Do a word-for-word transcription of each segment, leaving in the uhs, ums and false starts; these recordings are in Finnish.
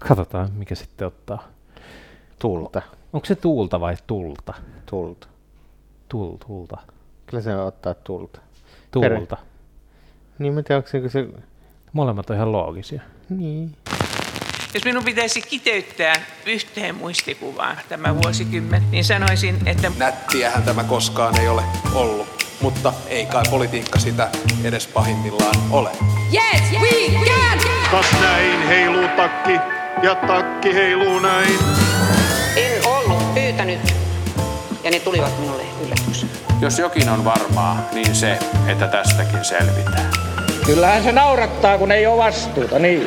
Katsotaan, mikä sitten ottaa. Tulta. Onko se tuulta vai tulta? Tulta. Tul, tulta. Kyllä se ottaa tulta. Tuulta. Per... Niin mä tiedän, onko se... Molemmat on ihan loogisia. Niin. Jos minun pitäisi kiteyttää yhteen muistikuvaan tämä vuosikymmen, niin sanoisin, että... Nättiähän tämä koskaan ei ole ollut, mutta ei kai politiikka sitä edes pahimmillaan ole. Yes, we can! Kas näin heiluu takki ja takki heiluu näin. En ollut pyytänyt ja ne tulivat minulle yllätyksenä. Jos jokin on varmaa, niin se, että tästäkin selvitään. Kyllähän se naurattaa, kun ei ole vastuuta, niin.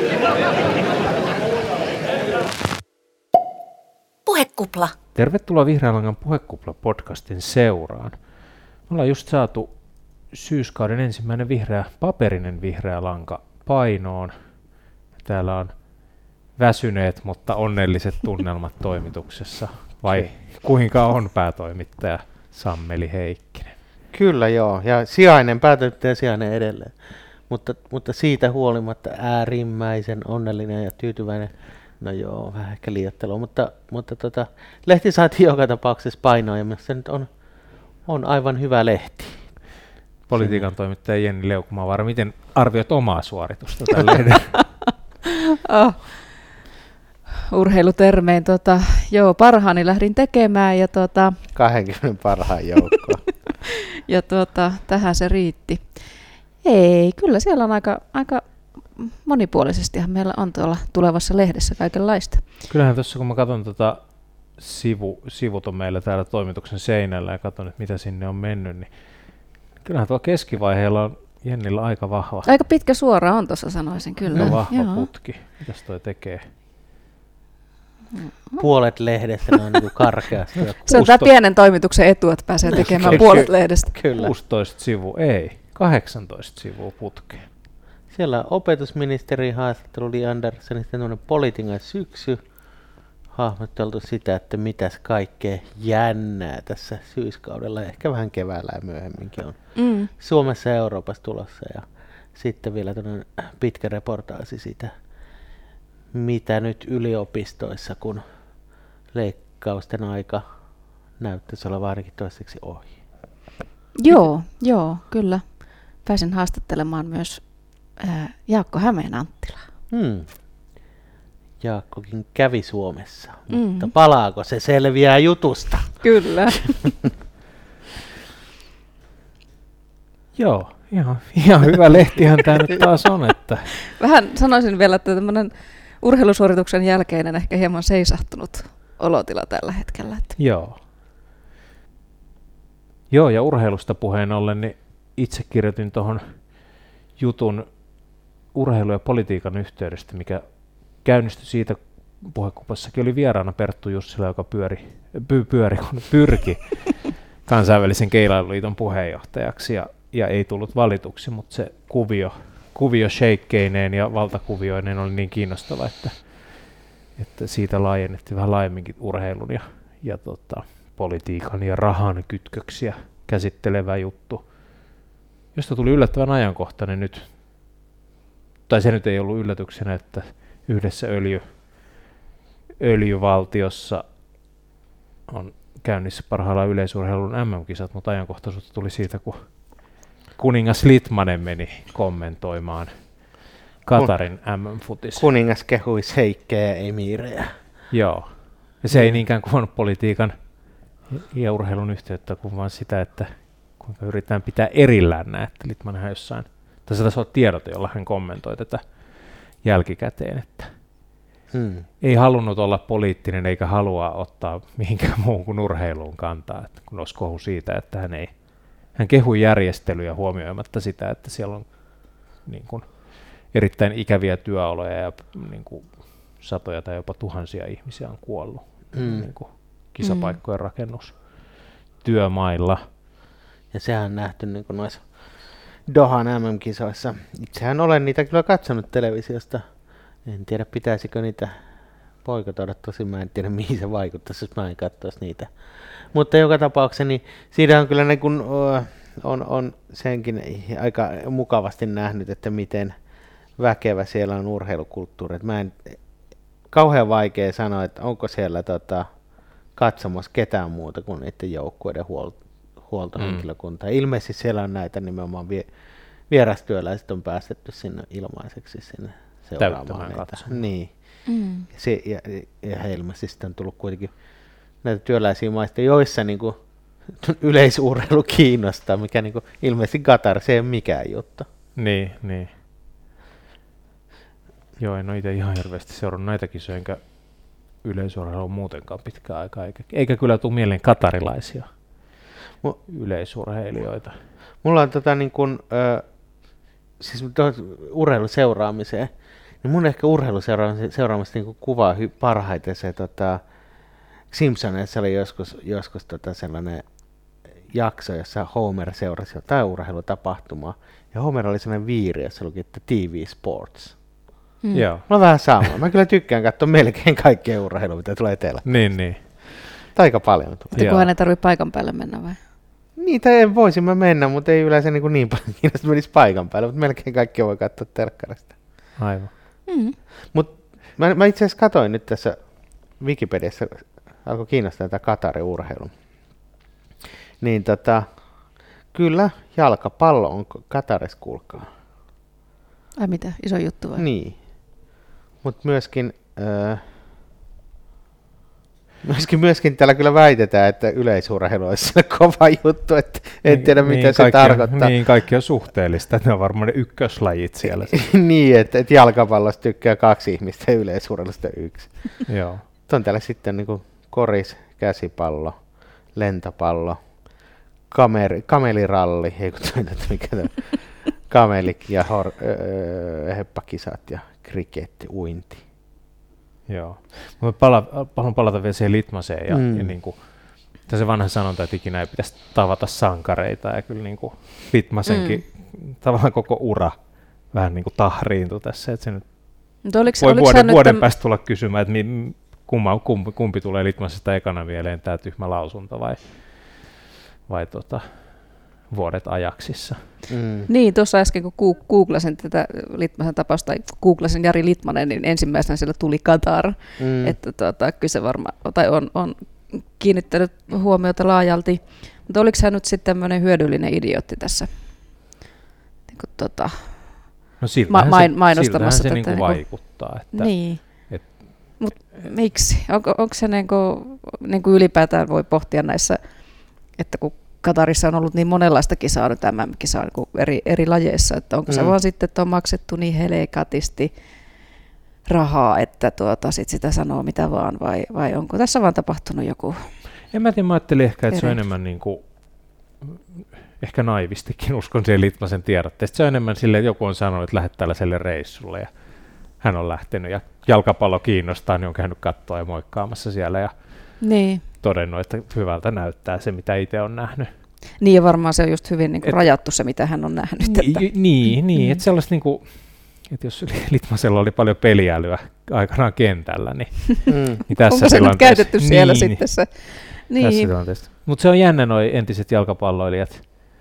Puhekupla. Tervetuloa Vihreän langan Puhekupla-podcastin seuraan. Me ollaan just saatu syyskauden ensimmäinen vihreä, paperinen vihreä lanka painoon. Täällä on väsyneet, mutta onnelliset tunnelmat toimituksessa. Vai kuinka on päätoimittaja Sammeli Heikkinen? Kyllä joo, ja sijainen, päätoimittaja sijainen edelleen. Mutta, mutta siitä huolimatta äärimmäisen onnellinen ja tyytyväinen. No joo, vähän ehkä liioittelua, mutta, mutta tota, lehti saatiin joka tapauksessa painoon ja se nyt on, on aivan hyvä lehti. Politiikan toimittaja Jenni Leukumaavaara, miten arvioit omaa suoritusta tällä lehdellä? oh. Urheilutermein, tota, joo, parhaani lähdin tekemään ja tota, kaksikymmentä parhaan joukkoon. ja tota, tähän se riitti. Ei, kyllä siellä on aika, aika monipuolisestihan meillä on tuolla tulevassa lehdessä kaikenlaista. Kyllähän tuossa kun mä katson tota sivu, sivut on meillä täällä toimituksen seinällä ja katson, että mitä sinne on mennyt, niin kyllähän tuolla keskivaiheella on Jennillä aika vahva. Aika pitkä suora on tuossa, sanoisin kyllä. No, vahva Joo. putki. Mitäs toi tekee? Puolet lehdestä on niin karkeasti. Se on tämä pienen toimituksen etu, että pääsee tekemään puolet lehdestä. Kyllä. kuusitoista sivua, ei, kahdeksantoista sivua putkeen. Siellä on opetusministerin haastattelu Li Andersson, sitten tämmöinen Politiikan syksy, hahmotteltu sitä, että mitäs kaikkea jännää tässä syyskaudella, ehkä vähän keväällä ja myöhemminkin on mm. Suomessa ja Euroopassa tulossa. Ja sitten vielä tämmöinen pitkä reportaasi siitä, mitä nyt yliopistoissa, kun leikkausten aika näyttäisi olla ainakin toiseksi ohi. Joo, joo, kyllä. Pääsin haastattelemaan myös ää, Jaakko Hämeen-Anttilaa. Hmm. Jaakkokin kävi Suomessa, mm. mutta palaako se selviää jutusta? Kyllä. Joo, ihan, ihan hyvä lehtihän tämä nyt taas on. Että. Vähän sanoisin vielä, että tämmöinen urheilusuorituksen jälkeinen ehkä hieman seisahtunut olotila tällä hetkellä. Että. Joo. Joo, ja urheilusta puheen ollen, niin itse kirjoitin tuohon jutun urheilu- ja politiikan yhteydestä, mikä käynnistyi siitä, Puhekuplassakin oli vieraana Perttu Jussila, joka pyöri, py, pyöri, kun pyrki kansainvälisen keilailuliiton puheenjohtajaksi ja, ja ei tullut valituksi, mutta se kuvio, kuvio sheikkeineen ja valtakuvioineen oli niin kiinnostava, että, että siitä laajennettiin vähän laajemminkin urheilun ja, ja tota, politiikan ja rahan kytköksiä käsittelevä juttu, josta tuli yllättävän ajankohtainen nyt, tai se nyt ei ollut yllätyksenä, että yhdessä öljy, öljyvaltiossa on käynnissä parhaillaan yleisurheilun M M-kisat, mutta ajankohtaisuutta tuli siitä, kun kuningas Litmanen meni kommentoimaan Katarin M M-futis. Kuningas kehui sheikkejä ja emiirejä. Joo, ja se ei niinkään kuvannut politiikan ja urheilun yhteyttä, kuin vaan sitä, että kuinka yritetään pitää erillään nämä, että Litmanenhan jossain, tai se taisi olla tiedote, jolla hän kommentoi tätä jälkikäteen, että hmm. ei halunnut olla poliittinen eikä halua ottaa mihinkään muuhun kuin urheiluun kantaa, että kun olisi kohu siitä, että hän ei, hän kehui järjestelyjä huomioimatta sitä, että siellä on niin kuin erittäin ikäviä työoloja ja niin kuin satoja tai jopa tuhansia ihmisiä on kuollut hmm. niin kuin kisapaikkojen hmm. rakennustyömailla. Ja sehän on nähty niin kuin noissa Dohan M M-kisoissa. Itsehän olen niitä kyllä katsonut televisiosta. En tiedä, pitäisikö niitä boikotoida, tosin mä en tiedä, mihin se vaikuttaisi, jos mä en katsoisi niitä. Mutta joka tapauksessa, niin siinä on kyllä niin kun, on, on senkin aika mukavasti nähnyt, että miten väkevä siellä on urheilukulttuuri. Mä en kauhean vaikea sanoa, että onko siellä tota, katsomassa ketään muuta kuin niiden joukkueiden huol- huoltohenkilökuntaa. Mm. Ilmeisesti siellä on näitä nimenomaan vie- vierastyöläiset on päästetty sinne ilmaiseksi sinne seuraamaan näitä. Niin. Mm. Se, ja, ja he ilmeisesti sitten on tullut kuitenkin näitä työläisiä maista, joissa niin kuin yleisurheilu kiinnostaa, mikä niin kuin, ilmeisesti Qatar, se ei ole mikään juttu. Niin, niin. Joo, en ole itse ihan hirveästi seurannut näitä kisoja, enkä yleisurheilua muutenkaan pitkään aikaa, eikä, eikä kyllä tule mieleen katarilaisia M- yleisurheilijoita. Mulla on tota niin kuin, äh, siis urheiluseuraamiseen, niin mun ehkä urheiluseuraamista niin kuvaa hy- parhaiten se tota, Simpsoneissa oli joskus, joskus tota sellainen jakso, jossa Homer seurasi jotain urheilutapahtumaa, ja Homer oli sellainen viiri, jossa luki, että T V Sports. Mm. Joo. Mä oon vähän sama. Mä kyllä tykkään katsoa melkein kaikkea urheilua, mitä tulee etelä. Niin, niin. Aika paljon. Mutta kunhan ei tarvitse paikan päälle mennä vai? Niitä en voisin mä mennä, mutta ei yleensä niin, niin paljon kiinnostaa menisi paikan päälle, mutta melkein kaikki voi katsoa telkkarista. Aivan. Mm. Mutta mä, mä itse asiassa katsoin nyt tässä Wikipediassa, alkoi kiinnostaa tätä Qatarin urheilun. Niin tota, kyllä jalkapallo on Qatarissa, kuulkaa. Ai mitä, iso juttu vai? Niin, mutta myöskin, äh, myöskin, myöskin täällä kyllä väitetään, että yleisurheilu olisi kova juttu, että en tiedä niin, mitä se kaikki tarkoittaa. On, niin, kaikki on suhteellista, ne on varmaan ne ykköslajit siellä. Niin, että, että jalkapallosta tykkää kaksi ihmistä ja yleisurheilusta yksi. Joo. On täällä sitten niin kuin koris, käsipallo, lentopallo, kameri, kameliralli, ei kun toinen, mikä tämä kamelik ja hor, öö, heppakisat ja kriketti, uinti. Joo. Mutta pala, haluan palata vielä siihen Litmaseen ja, mm. ja niin kuin, se vanha sanonta, että ikinä ei pitäisi tavata sankareita ja kyllä niin kuin Litmasenkin mm. tavallaan koko ura vähän niin kuin tahriintui tässä, että se nyt oliks, voi vuoden, nyt vuoden täm... päästä tulla kysymään, että mi, kumma, kumpi, kumpi tulee Litmasesta ekana mieleen, tämä tyhmä lausunto vai, vai tota, vuodet ajaksissa. Mm. Niin, tuossa äsken kun googlasin tätä Litmasen tapausta, tai googlasin Jari Litmanen, niin ensimmäisenä siellä tuli Qatar, mm. että tuota, kyllä se varmaan, tai on, on kiinnittänyt huomiota laajalti, mutta oliko hän nyt sitten tämmöinen hyödyllinen idiootti tässä niin kuin, tota, no ma- main, mainostamassa se tätä? Niin kuin vaikuttaa. Että, niin, et, mutta miksi? Onko, onko se niin kuin, niin kuin ylipäätään voi pohtia näissä, että kun Qatarissa on ollut niin monenlaista kisaa nyt M M-kisaa niin eri, eri lajeissa, että onko mm. se vaan sitten, että on maksettu niin helekatisti rahaa, että tuota, sit sitä sanoo mitä vaan, vai, vai onko tässä vaan tapahtunut joku? En mä tiedä, mä ajattelin ehkä, että eri. Se on enemmän niin kuin, ehkä naivistikin uskon siihen Litmasen tiedotteesta. Se on enemmän silleen, että joku on sanonut, että lähdet tällaiselle reissulle ja hän on lähtenyt ja jalkapallo kiinnostaa, niin on käynyt katsoa ja moikkaamassa siellä ja niin. Todennut, että hyvältä näyttää se, mitä itse on nähnyt. Niin ja varmaan se on just hyvin niin kuin et, rajattu se, mitä hän on nähnyt. Niin, että. niin, niin mm. että sellaista niin kuin, että jos Litmasella oli paljon peliälyä aikanaan kentällä, niin, mm. niin tässä onko se nyt käytetty siellä niin, sitten se? Niin. Mutta se on jännä noi entiset jalkapalloilijat,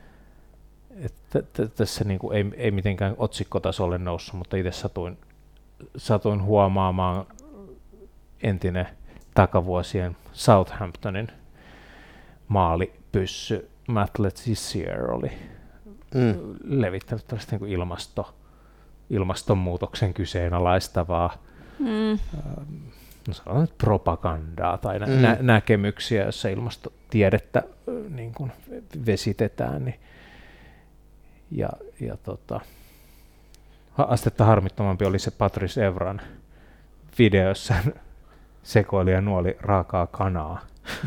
että t- t- tässä niin kuin ei, ei mitenkään otsikkotasolle noussut, mutta itse satuin, satuin huomaamaan entinen takavuosien Southamptonin maalipyssy Matt Letizier oli mm. levittänyt tällaista niin ilmasto, ilmastonmuutoksen kyseenalaistavaa mm. äh, no sanotaan, propagandaa tai nä- mm. nä- näkemyksiä, joissa ilmastotiedettä äh, niin kuin vesitetään. Niin, ja ja tota, astetta harmittomampi oli se Patrice Evran videossa sekoili ja nuoli raakaa kanaa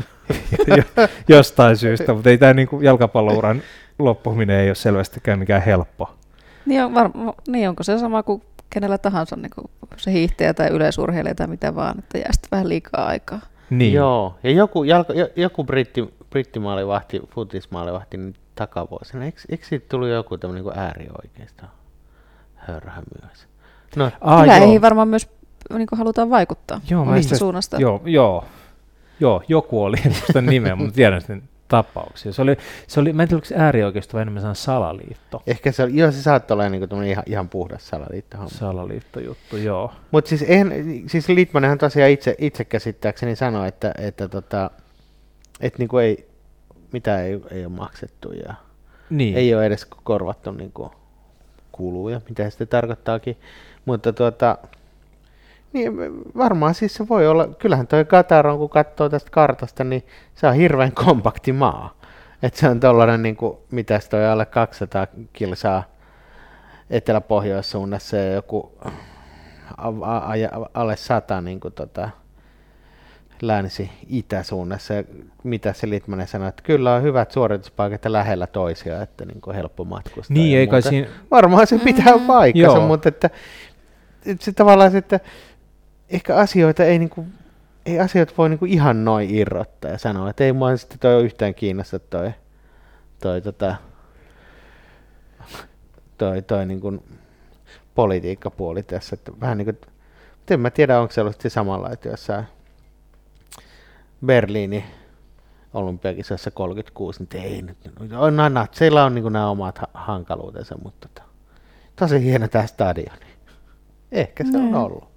jostain syystä, mutta ei tämä niinku jalkapallouran loppuminen ei ole selvästikään mikään helppo. Niin, on var- niin onko se sama kuin kenellä tahansa, niin kuin se hiihtäjä tai yleisurheilija tai mitä vaan, että jää sitten vähän liikaa aikaa. Niin. Joo, ja joku, jalka, joku britti, brittimaalivahti, futismaalivahti niin takavuosina, eikö, eikö siitä tullut joku tämmöinen niin äärioikeista hörhä myös? No, kyllä ei varmaan myös niin kuin halutaan vaikuttaa joo, omasta suunnasta. Joo, joo, joo, joku oli, en muista nimeä, mutta tiedän sen tapauksia. Se oli, se oli, mä en tiedä, oliko äärioikeisto vai enemmän salaliitto. Ehkä se, joo, se saattoi olla niin kuin ihan, ihan puhdas salaliitto. Salaliittojuttu, joo. Mutta siis, siis Lindtmanhan tosiaan itse, itse käsittääkseni sanoi, että, että, tota, että niin kuin ei, mitä ei, ei ole maksettu ja niin. ei ole edes korvattu niin kuin kuluja, mitä se sitten tarkoittaakin. Mutta tuota, niin varmaan siis se voi olla, kyllähän toi Katar on, kun katsoo tästä kartasta, niin se on hirveän kompakti maa. Että se on tollainen, niin kuin, mitäs toi alle kaksisataa kilsaa etelä-pohjoissuunnassa ja joku a, a, a, alle sata niin kuin, tota, länsi-itäsuunnassa. Ja mitä se Lindtman sanoi, että kyllä on hyvät suorituspaikat ja lähellä toisiaan, että niin kuin helppo matkustaa. Niin, eikä siinä... Varmaan se pitää paikkansa, mutta että, että se tavallaan se, että ehkä asioita ei, niin kuin, ei asioita voi niin kuin ihan noin irrottaa ja sanoa, että ei mua sitten toi ole yhtään kiinnosta toi, toi, tota, toi, toi niin kuin politiikkapuoli tässä. Että vähän niin kuin, en mä tiedä, onko se ollut se samalla, että jossain Berliinin olympiakisoissa kolmekymmentäkuusi, niin ei nyt, no, natseilla on niin kuin nämä omat ha- hankaluutensa, mutta tota, tosi hieno tämä stadioni. Ehkä se on ollut.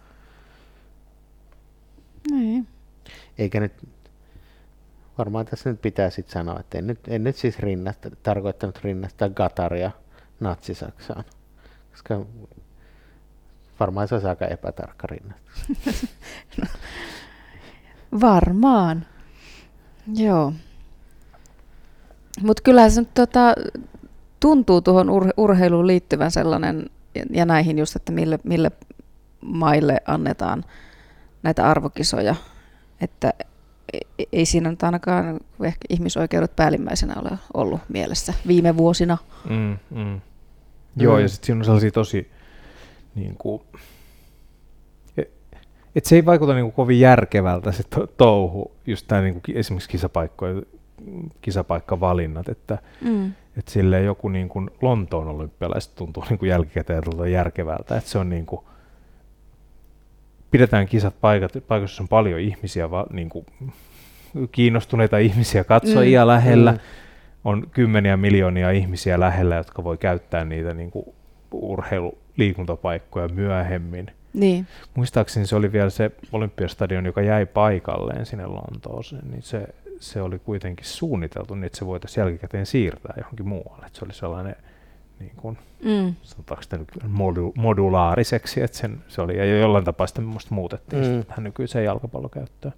Niin. Eikä nyt, varmaan tässä nyt pitää sitten sanoa, että en nyt, en nyt siis rinnasta, tarkoittanut rinnastaa Qataria natsi-Saksaan, koska varmaan se olisi aika epätarkka rinnastus. No, varmaan, joo. Mutta kyllähän se nyt tota, tuntuu tuohon ur- urheiluun liittyvän sellainen, ja, ja näihin just, että mille, mille maille annetaan näitä arvokisoja, että ei siinä nyt ainakaan ehkä ihmisoikeudet päällimmäisenä ole ollut mielessä viime vuosina. Mm, mm. Joo, mm. ja sitten siinä on sellaisia tosi, niin kuin, että se ei vaikuta niin kuin kovin järkevältä se to- touhu, just tämä niin kuin esimerkiksi kisapaikkojen, kisapaikkavalinnat, että mm. et silleen joku niin kuin Lontoon olympialaiset tuntuu niin kuin jälkikäteen järkevältä, että se on niin kuin, pidetään kisat paikat, paikoissa, jossa on paljon ihmisiä, va, niin kuin, kiinnostuneita ihmisiä, katsojia mm. lähellä, mm. on kymmeniä miljoonia ihmisiä lähellä, jotka voi käyttää niitä niin kuin urheiluliikuntapaikkoja myöhemmin. Niin. Muistaakseni se oli vielä se Olympiastadion, joka jäi paikalleen sinne Lontooseen, niin se, se oli kuitenkin suunniteltu niin, että se voitaisiin jälkikäteen siirtää johonkin muualle. Että se oli sellainen, niin kuin, mm. sanotaanko sitä nyt modu, modulaariseksi, että sen, se oli, ja jollain tapaa sitä minusta muutettiin mm. tähän nykyiseen jalkapallokäyttöön.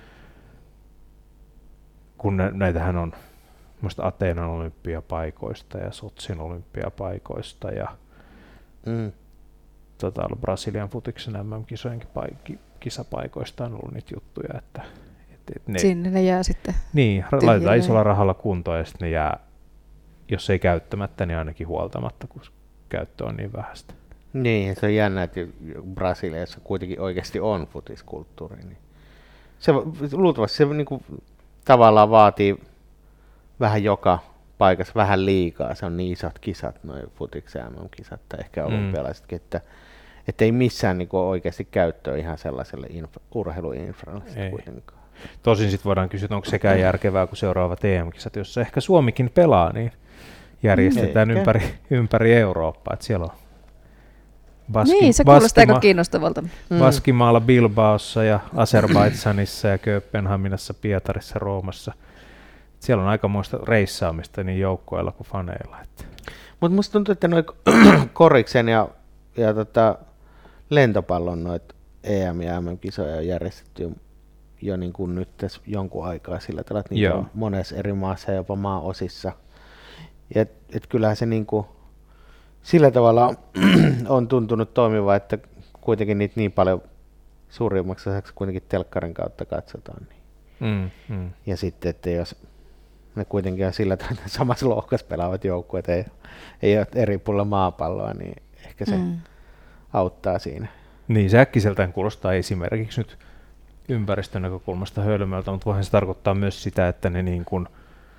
Kun nä, näitähän on muista Ateenan olympiapaikoista ja Sotsin olympiapaikoista ja mm. tota, Brasilian futiksen M M-kisojenkin paik- kisapaikoista on ollut niitä juttuja, että et, et ne, sinne ne jää sitten niin, laitetaan isolla rahalla kuntoon ja sitten ne jää, jos ei käyttämättä, niin ainakin huoltamatta, kun käyttö on niin vähäistä. Niin, se on jännä, että Brasiliassa kuitenkin oikeasti on futiskulttuuri. Niin se luultavasti se niin kuin, tavallaan vaatii vähän joka paikassa vähän liikaa. Se on niin isot kisat, noin futiksen M M-kisat tai ehkä olympialaisetkin, mm. että että ei missään niin kuin, oikeasti käyttöä ihan sellaiselle inf- urheiluinfralle kuitenkaan. Tosin sitten voidaan kysyä, onko sekään järkevää, kun seuraavat E M-kisat, jossa ehkä Suomikin pelaa, niin järjestetään ympäri, ympäri Eurooppaa. Että siellä on Baski, niin, se kuulostaa aika kiinnostavalta. Mm. Baskimaalla, Bilbaossa ja Azerbaidžanissa ja Kööpenhaminassa, Pietarissa, Roomassa. Siellä on aikamoista reissaamista niin joukkoilla kuin faneilla. Mutta musta tuntuu, että noin koriksen ja, ja tota, lentopallon noit E M- ja M M-kisoja on järjestetty jo, jo niin kuin nyt tässä jonkun aikaa sillä tavalla, että niitä on monessa eri maassa ja jopa maaosissa. Ja et, et kyllähän se niin kuin sillä tavalla on tuntunut toimiva, että kuitenkin niitä niin paljon suurimmaksi osaksi kuitenkin telkkarin kautta katsotaan. Niin. Mm, mm. Ja sitten, että jos ne kuitenkin on sillä tavalla, että samassa lohkossa pelaavat joukkueet, ei, ei ole eri puolella maapalloa, niin ehkä se mm. auttaa siinä. Niin, se äkkiseltään kuulostaa esimerkiksi nyt ympäristön näkökulmasta hölmöltä, mutta voihan se tarkoittaa myös sitä, että ne niin kuin,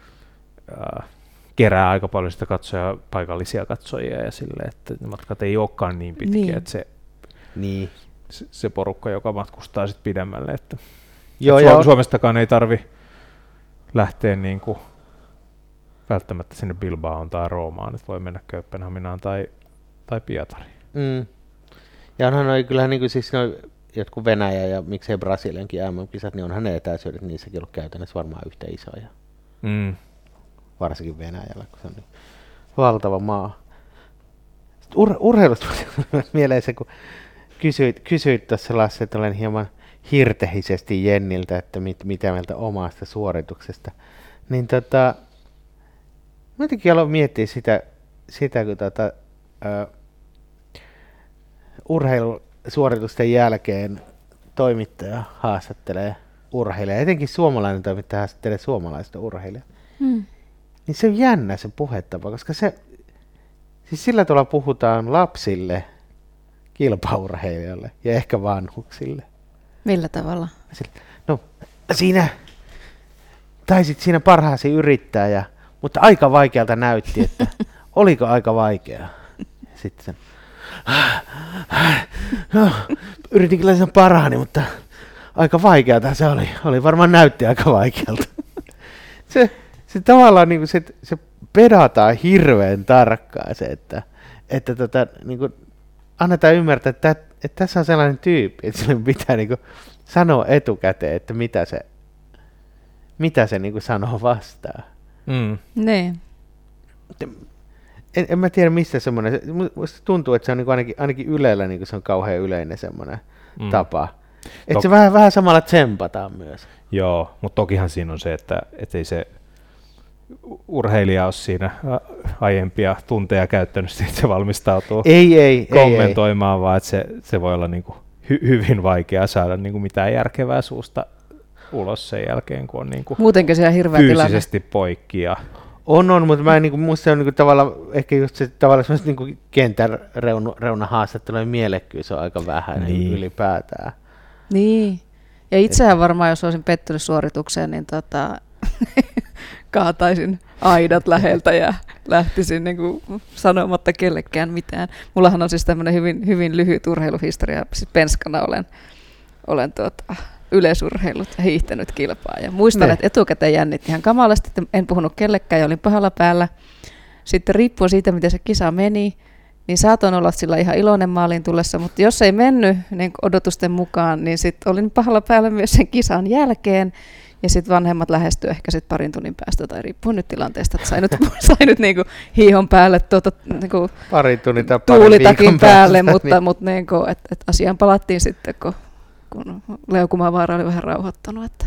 äh, kerää aika paljon sitä katsoja, paikallisia katsojia ja sille, että ne matkat ei olekaan niin pitkiä, niin. että se, niin. se, se porukka, joka matkustaa sitten pidemmälle. Että, Joo, että Suom- Suomestakaan ei tarvi lähteä niin kuin välttämättä sinne Bilbaoon tai Roomaan, että voi mennä Kööpenhaminaan tai, tai Pietariin. Mm. Ja onhan noi, kyllähän niin kuin siis noi jotkut Venäjä ja miksei Brasiliankin M M-kisat, niin onhan ne etäisyydet niissäkin ollut käytännössä varmaan yhtä isoja. Mm. Varsinkin Venäjällä, kun se on niin valtava maa. Ur- urheilusta mieleen se, kun kysyit, kysyit tuossa Lasse, että olen hieman hirtehisesti Jenniltä, että mit, mitä mieltä omasta suorituksesta. Niin tota, mä jotenkin aloin miettiä sitä, sitä kun tota, ö, urheilusuoritusten jälkeen toimittaja haastattelee urheilijaa, etenkin suomalainen toimittaja haastattelee suomalaista urheilijaa. Hmm. Niin se on jännä se puhetapa, koska se, siis sillä tavalla puhutaan lapsille, kilpaurheilijoille ja ehkä vanhuksille. Millä tavalla? No siinä taisit siinä parhaasi yrittää, ja, mutta aika vaikealta näytti, että oliko aika vaikeaa. Sitten sen, no, yritin kyllä sen parhaani, mutta aika vaikealta se oli. Oli varmaan näytti aika vaikealta. Se, se tavallaan niin kuin se, se pedataan hirveän tarkkaan se, että, että tota, niin kuin annetaan ymmärtää, että, että tässä on sellainen tyyppi, että sille pitää niin kuin sanoa etukäteen, että mitä se, mitä se niin kuin sanoo vastaan. Mm. Niin. En, en mä tiedä, mistä semmoinen, musta tuntuu, että se on niin kuin ainakin, ainakin Ylellä niin kuin se on kauhean yleinen semmoinen mm. tapa. Että Tok- se vähän, vähän samalla tsempataan myös. Joo, mutta tokihan siinä on se, että ei se urheilija ole siinä aiempia tunteja käyttänyt, että se valmistautuu ei, ei, kommentoimaan, ei, vaan että se, se voi olla niin kuin hy, hyvin vaikea saada niin kuin mitään järkevää suusta ulos sen jälkeen, kun on niin kuin muutenkin se on hirveä fyysisesti tilanne. Poikki. Ja on, on, mutta mä en, niin kuin, musta se on niin kuin, tavallaan ehkä just se tavallaan semmoista niin kentän reuna, reunahaastattelujen mielekkyys on aika vähän niin. ylipäätään. Niin, ja itsehän varmaan, jos olisin pettynyt suoritukseen, niin tota, kaataisin aidat läheltä ja lähtisin niin kuin sanomatta kellekään mitään. Mullahan on siis tämmöinen hyvin, hyvin lyhyt urheiluhistoria, siis penskana olen, olen tuota, yleisurheillut ja hiihtänyt kilpaa. Ja muistan, ne. että etukäteen jännitti ihan kamalasti, että en puhunut kellekään ja olin pahalla päällä. Sitten riippuen siitä, miten se kisa meni, niin saatoin olla sillä ihan iloinen maaliin tullessa, mutta jos ei mennyt niin odotusten mukaan, niin sitten olin pahalla päällä myös sen kisan jälkeen. Ja sitten vanhemmat lähestyivät ehkä sit parin tunnin päästä, tai riippuu nyt tilanteesta, että sai nyt, sai nyt niinku hiihon päälle tuota, niinku parin tunnin tai tuulitakin päälle, päästä, mutta, niin. mutta niinku, et, et asiaan palattiin sitten, kun, kun Leukumavaara oli vähän rauhoittanut. Että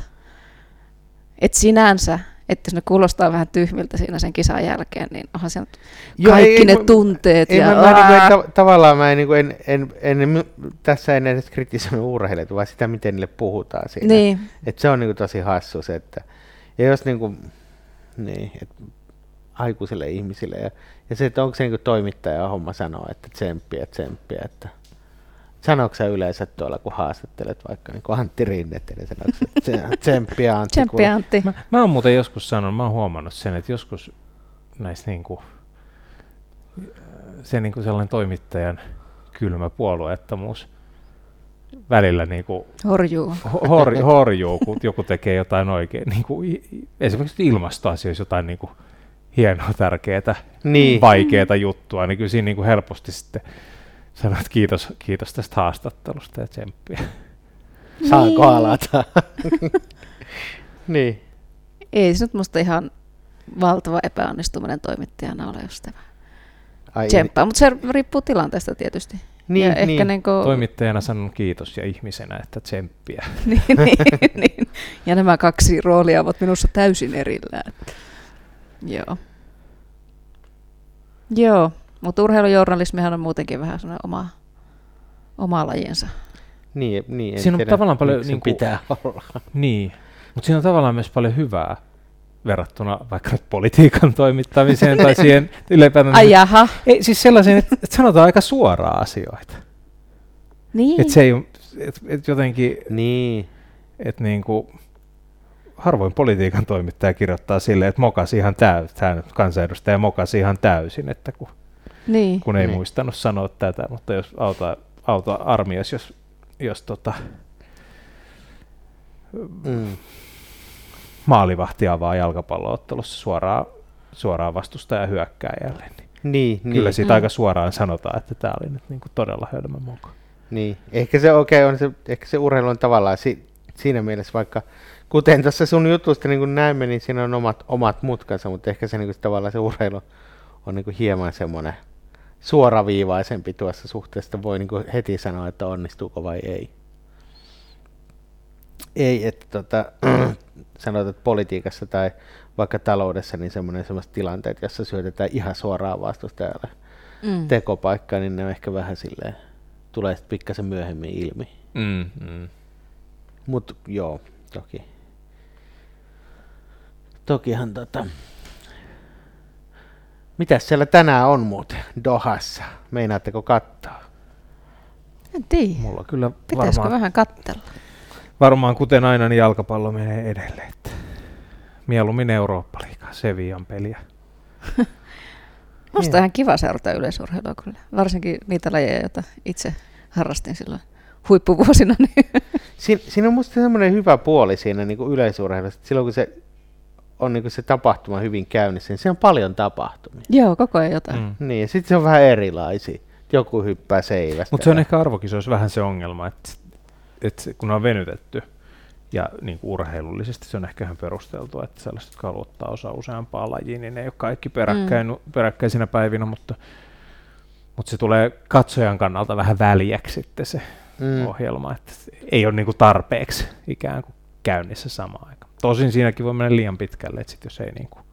et sinänsä, että jos ne kuulostaa vähän tyhmiltä siinä sen kisan jälkeen, niin onhan siellä kaikki ei, ne ei, tunteet. Ei, ja, mä, mä, mä, niin kuin, tavallaan mä en, en, en, en, en, tässä en edes kritisoi urheilijoita, vaan sitä, miten niille puhutaan siinä. Niin. Et se on niin kuin, tosi hassu se, että ja jos niin kuin, niin, et, aikuisille ihmisille, ja, ja se, että onko se niin kuin toimittaja homma sanoa, että tsemppiä, tsemppiä, että sanoiko sä yleensä tuolla, kun haastattelet vaikka niin kuin Antti Rinnet, eli sanoiko sä tsemppiä Antti? Tsemppiä Antti. Mä, mä oon muuten joskus sanonut, mä oon huomannut sen, että joskus näissä niinku, se niinku sellainen toimittajan kylmä puolueettomuus välillä niinku horjuu, hor, horjuu kun joku tekee jotain oikein, niinku, esimerkiksi ilmastoasioissa jotain niinku hienoa, tärkeää, niin. vaikeaa juttua, niin kyllä siinä niinku helposti sitten sanoit, että kiitos, kiitos tästä haastattelusta ja tsemppiä. Saanko alata? Niin. Ei se nyt musta ihan valtava epäonnistuminen toimittajana ole just tämä tsemppaa, mutta se riippuu tilanteesta tietysti. Niin, ja ehkä niin. Niin kuin toimittajana sanon kiitos ja ihmisenä, että tsemppiä. niin, niin, niin. Ja nämä kaksi roolia ovat minussa täysin erillään. Joo. Joo. Mutta urheilujournalismihan on muutenkin vähän sellainen oma, oma lajinsa. Niin, niin siinä on tiedä, tavallaan paljon niin kuin, pitää olla. Niin, mutta siinä on tavallaan myös paljon hyvää verrattuna vaikka nyt politiikan toimittamiseen tai siihen ylipäätään. Ai jaha. Ei, siis sellaisen, että, että sanotaan aika suoraan asioita. Niin. Että se ei et, et jotenkin, niin. että niinku, harvoin politiikan toimittaja kirjoittaa silleen, että mokasi ihan täysin, kansanedustaja mokasi ihan täysin, että kun Niin. kun ei niin. muistanut sanoa tätä, mutta jos auta, auta armias, jos, jos tota, mm. maalivahtia vaan jalkapalloottelussa suoraan, suoraan vastustajan hyökkääjälle. Niin, Kyllä niin. siitä mm. aika suoraan sanotaan, että tämä oli nyt niinku todella hölmö moka. Niin, ehkä se, okay, on se, ehkä se urheilu on tavallaan si, siinä mielessä, vaikka kuten tässä sun jutusta niin kuin näimme, niin siinä on omat, omat mutkansa, mutta ehkä se, niin kuin, tavallaan se urheilu on niin kuin hieman semmoinen suoraviivaisempi tuossa suhteessa, voi niin kuin heti sanoa, että onnistuuko vai ei. Ei, että tota, sanotaan, että politiikassa tai vaikka taloudessa, niin semmoinen semmoiset tilanteet, jossa syötetään ihan suoraan vastustajalle mm. tekopaikkaa, niin ne on ehkä vähän silleen, tulee sitten pikkasen myöhemmin ilmi. Mm, mm. Mut joo, toki. Tokihan tota... Mitäs siellä tänään on muuten Dohassa? Meinaatteko katsoa? En tiedä. Mulla kyllä Pitäisikö varmaan, vähän katsella? varmaan kuten aina, niin jalkapallo menee edelleen. Että mieluummin Eurooppa-liigaa, Sevillan peliä. Musta on ihan kiva seurata yleisurheilua kyllä. Varsinkin niitä lajeja, joita itse harrastin silloin huippuvuosina. Niin. Siin, siinä on musta semmoinen hyvä puoli siinä niin kuin yleisurheilussa, että silloin kun se on niin kuin se tapahtuma hyvin käynnissä, niin se on paljon tapahtumia. Joo, koko ajan jotain. Mm. Niin, ja sitten se on vähän erilaisia. Joku hyppää seivästä. Mutta se on ehkä arvokisoissa vähän se ongelma, että, että kun on venytetty ja niin kuin urheilullisesti se on ehkä ihan perusteltua, että sellaiset, jotka haluaa ottaa osaa useampaan lajiin, niin ne ei ole kaikki peräkkäin, mm. peräkkäisinä päivinä, mutta, mutta se tulee katsojan kannalta vähän väliäksi sitten se mm. ohjelma, että ei ole niin kuin tarpeeksi ikään kuin käynnissä samaan aikaan. Tosin siinäkin voi mennä liian pitkälle, että sit jos ei niinku...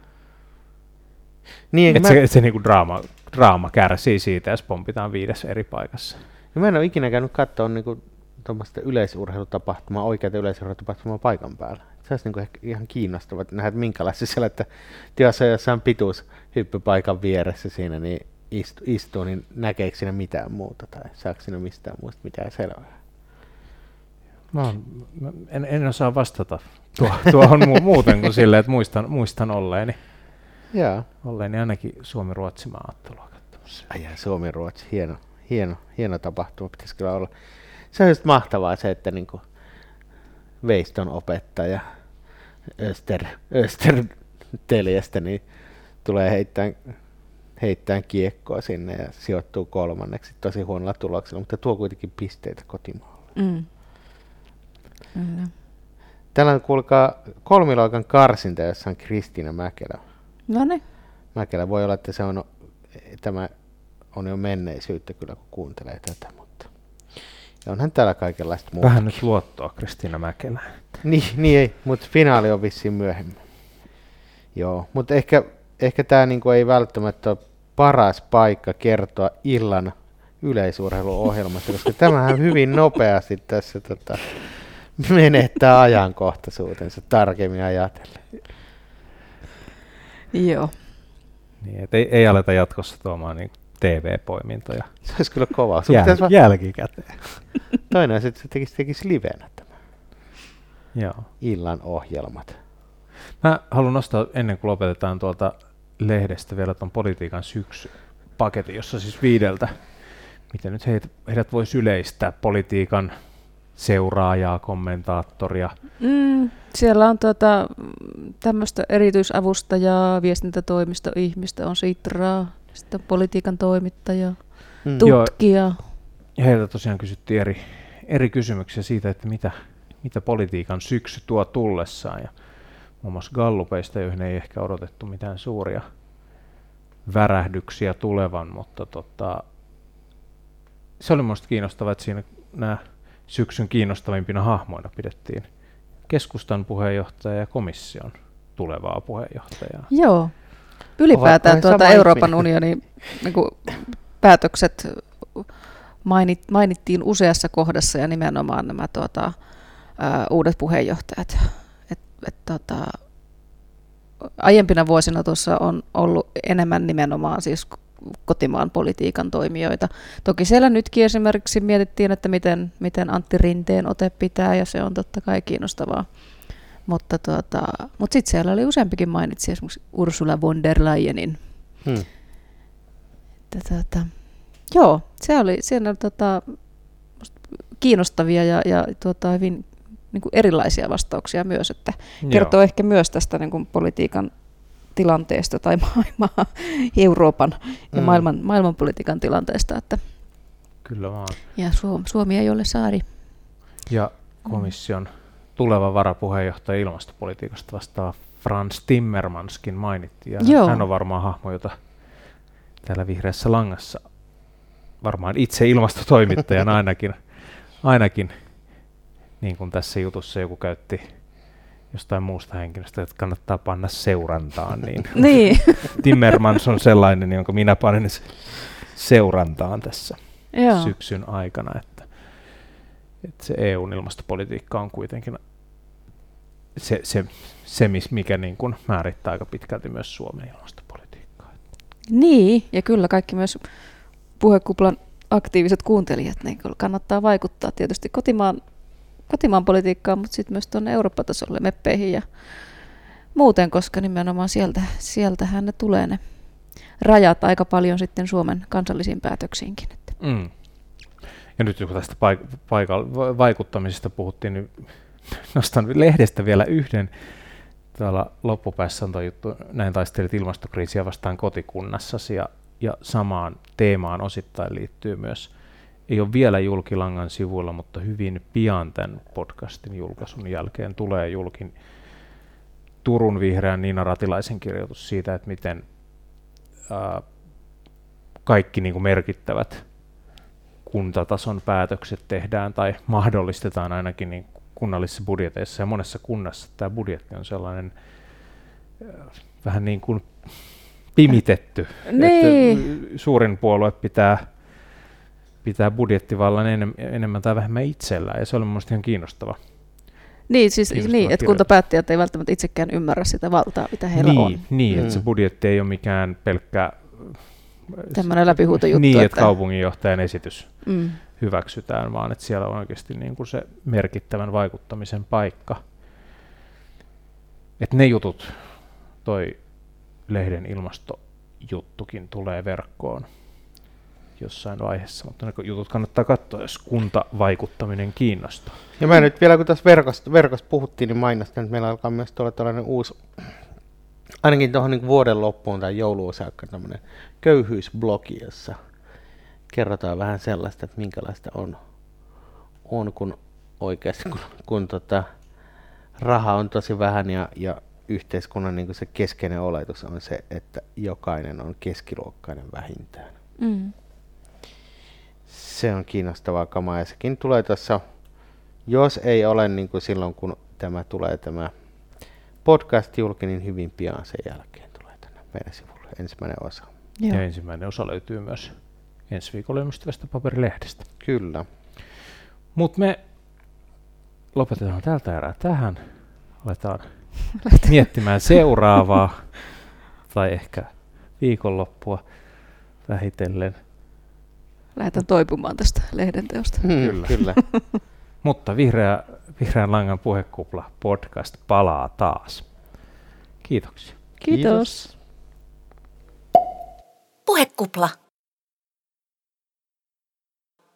Niin, että mä... se, se niinku draama, draama kärsii siitä, jos pompitaan viidessä eri paikassa. No mä en ole ikinä käynyt katsoa niinku tuommoista yleisurheilutapahtumaa, oikeaa yleisurheilutapahtumaa paikan päällä. Se olisi niinku ehkä ihan kiinnostavaa, että nähdään minkälaista siellä, että jos on jossain pituushyppypaikan vieressä siinä, niin istu, istuu, niin näkeekö siinä mitään muuta tai saako siinä mistään muusta mitään selvää? Mä en, en osaa vastata tuo, tuohon mu- muuten kuin silleen, että muistan, muistan olleeni, Jaa. olleeni ainakin Suomi-Ruotsi-maaottelua katsomassa. Ai Suomi-Ruotsi, hieno, hieno, hieno tapahtuma pitäisi kyllä olla. Se on just mahtavaa se, että niinku Veiston opettaja Öster, Österteljestä niin tulee heittämään, heittämään kiekkoa sinne ja sijoittuu kolmanneksi tosi huonolla tuloksella, mutta tuo kuitenkin pisteitä kotimaalle. Mm. Mm. Täällä on kuulkaa kolmiloikan karsinta, jossa on Kristiina Mäkelä. No niin. Mäkelä voi olla, että se on, tämä on jo menneisyyttä kyllä, kun kuuntelee tätä, mutta ja onhan täällä kaikenlaista muuta. Vähän nyt luottoa Kristiina Mäkelään. Niin, niin ei, mutta finaali on vissiin myöhemmin. Joo, mutta ehkä, ehkä tämä niinku ei välttämättä ole paras paikka kertoa illan yleisurheiluohjelmasta, koska tämähän hyvin nopeasti tässä tota, menettää ajankohtaisuutensa tarkemmin ajatellen. Joo. Niin, ei, ei aleta jatkossa tuomaan niin T V-poimintoja. Se olisi kyllä kova. Jäl, va- jälkikäteen. Toinen on se, että se tekisi, tekisi livenä tämän Joo. illan ohjelmat. Mä haluan nostaa ennen kuin lopetetaan tuolta lehdestä vielä tuon politiikan syksypaketin, jossa siis viideltä, miten nyt heidät, heidät voisi yleistää, politiikan seuraajaa, kommentaattoria. Mm, siellä on tuota, tämmöistä erityisavustajaa, viestintätoimistoihmistä, on Sitraa, sitten politiikan toimittajaa, mm. tutkijaa. Ja heiltä tosiaan kysyttiin eri, eri kysymyksiä siitä, että mitä, mitä politiikan syksy tuo tullessaan. Ja muun muassa gallupeista, joihin ei ehkä odotettu mitään suuria värähdyksiä tulevan, mutta tota, se oli minusta kiinnostavaa, että siinä nämä syksyn kiinnostavimpina hahmoina pidettiin keskustan puheenjohtaja ja komission tulevaa puheenjohtajaa. Joo, ylipäätään tuota Euroopan unionin niin kuin, päätökset mainit, mainittiin useassa kohdassa ja nimenomaan nämä tuota, ää, uudet puheenjohtajat. Et, et, tuota, aiempina vuosina tuossa on ollut enemmän nimenomaan siis kotimaan politiikan toimijoita. Toki siellä nytkin esimerkiksi mietittiin, että miten, miten Antti Rinteen ote pitää, ja se on totta kai kiinnostavaa. Mutta, tuota, mutta sitten siellä oli useampikin mainitsi, esimerkiksi Ursula von der Leyenin. Hmm. Että, tuota, joo, se oli, siellä oli tuota, kiinnostavia ja, ja tuota, hyvin niin kuin erilaisia vastauksia myös, että kertoo Joo. ehkä myös tästä niin kuin politiikan tilanteesta tai maailmaa, Euroopan ja Mm. maailman, maailmanpolitiikan tilanteesta. Että Kyllä vaan. ja Suomi, Suomi ei ole saari. Ja komission tuleva varapuheenjohtaja ilmastopolitiikasta vastaava Frans Timmermanskin mainittiin. Ja Joo. hän on varmaan hahmo, jota täällä Vihreässä langassa varmaan itse ilmastotoimittajana ainakin, ainakin niin kuin tässä jutussa joku käytti jostain muusta henkilöstä, että kannattaa panna seurantaan, niin Niin. Timmermans on sellainen, jonka minä panen seurantaan tässä Joo. syksyn aikana, että, että se E U:n ilmastopolitiikka on kuitenkin se, se, se mikä niin kuin määrittää aika pitkälti myös Suomen ilmastopolitiikkaa. Niin, ja kyllä kaikki myös Puhekuplan aktiiviset kuuntelijat, niin kyllä kannattaa vaikuttaa tietysti kotimaan, kotimaan politiikkaan, mutta sitten myös tuonne Eurooppa-tasolle, meppeihin ja muuten, koska nimenomaan sieltä, sieltähän ne tulee ne rajat aika paljon sitten Suomen kansallisiin päätöksiinkin. Mm. Ja nyt kun tästä paik- paikalla vaikuttamisesta puhuttiin, niin nostan lehdestä vielä yhden. Täällä loppupäässä on tuo juttu, näin taistelit ilmastokriisiä vastaan kotikunnassasi, ja, ja samaan teemaan osittain liittyy myös, ei ole vielä julkilangan sivuilla, mutta hyvin pian tämän podcastin julkaisun jälkeen tulee julkin Turun Vihreän Niina Ratilaisen kirjoitus siitä, että miten ää, kaikki niin kuin merkittävät kuntatason päätökset tehdään tai mahdollistetaan ainakin niin kunnallisissa budjeteissa, ja monessa kunnassa tämä budjetti on sellainen äh, vähän niin kuin pimitetty, Niin. että suurin puolue pitää, pitää budjettivallan enem, enemmän tai vähemmän itsellään, ja se oli mielestäni ihan kiinnostava. Niin, siis kiinnostava niin, että kirjoitus. kuntapäättäjät ei välttämättä itsekään ymmärrä sitä valtaa, mitä heillä niin, on. Niin, Mm. että se budjetti ei ole mikään pelkkä Tämmöinen läpihuutojuttu. niin, että että kaupunginjohtajan esitys mm. hyväksytään, vaan että siellä on oikeasti niin kuin se merkittävän vaikuttamisen paikka. Että ne jutut, toi lehden ilmastojuttukin tulee verkkoon jossain vaiheessa, mutta ne jutut kannattaa katsoa, jos kuntavaikuttaminen kiinnostaa. Ja mä nyt vielä, kun tässä verkosta, verkosta puhuttiin, niin mainostan, että meillä alkaa myös tuolla tällainen uusi, ainakin tuohon niin vuoden loppuun tai jouluun saakka tämmöinen köyhyysblogi, jossa kerrotaan vähän sellaista, että minkälaista on, on kun oikeasti, kun, kun tota, raha on tosi vähän ja, ja yhteiskunnan niin kuin se keskeinen oletus on se, että jokainen on keskiluokkainen vähintään. Mm. Se on kiinnostavaa kamaa ja sekin tulee tuossa, jos ei ole niin kuin silloin, kun tämä tulee tämä podcast julki, niin hyvin pian sen jälkeen tulee tänne meidän sivulle ensimmäinen osa. Joo. Ja ensimmäinen osa löytyy myös ensi viikolla ilmestyvästä paperilehdestä. Kyllä. Mutta me lopetetaan tältä erää tähän. Aletaan miettimään seuraavaa tai ehkä viikonloppua vähitellen. Lähdetään toipumaan tästä lehdenteosta. Hmm, Kyllä. kyllä. Mutta vihreä, Vihreän langan puhekupla podcast palaa taas. Kiitoksia. Kiitos. Kiitos. Puhekupla.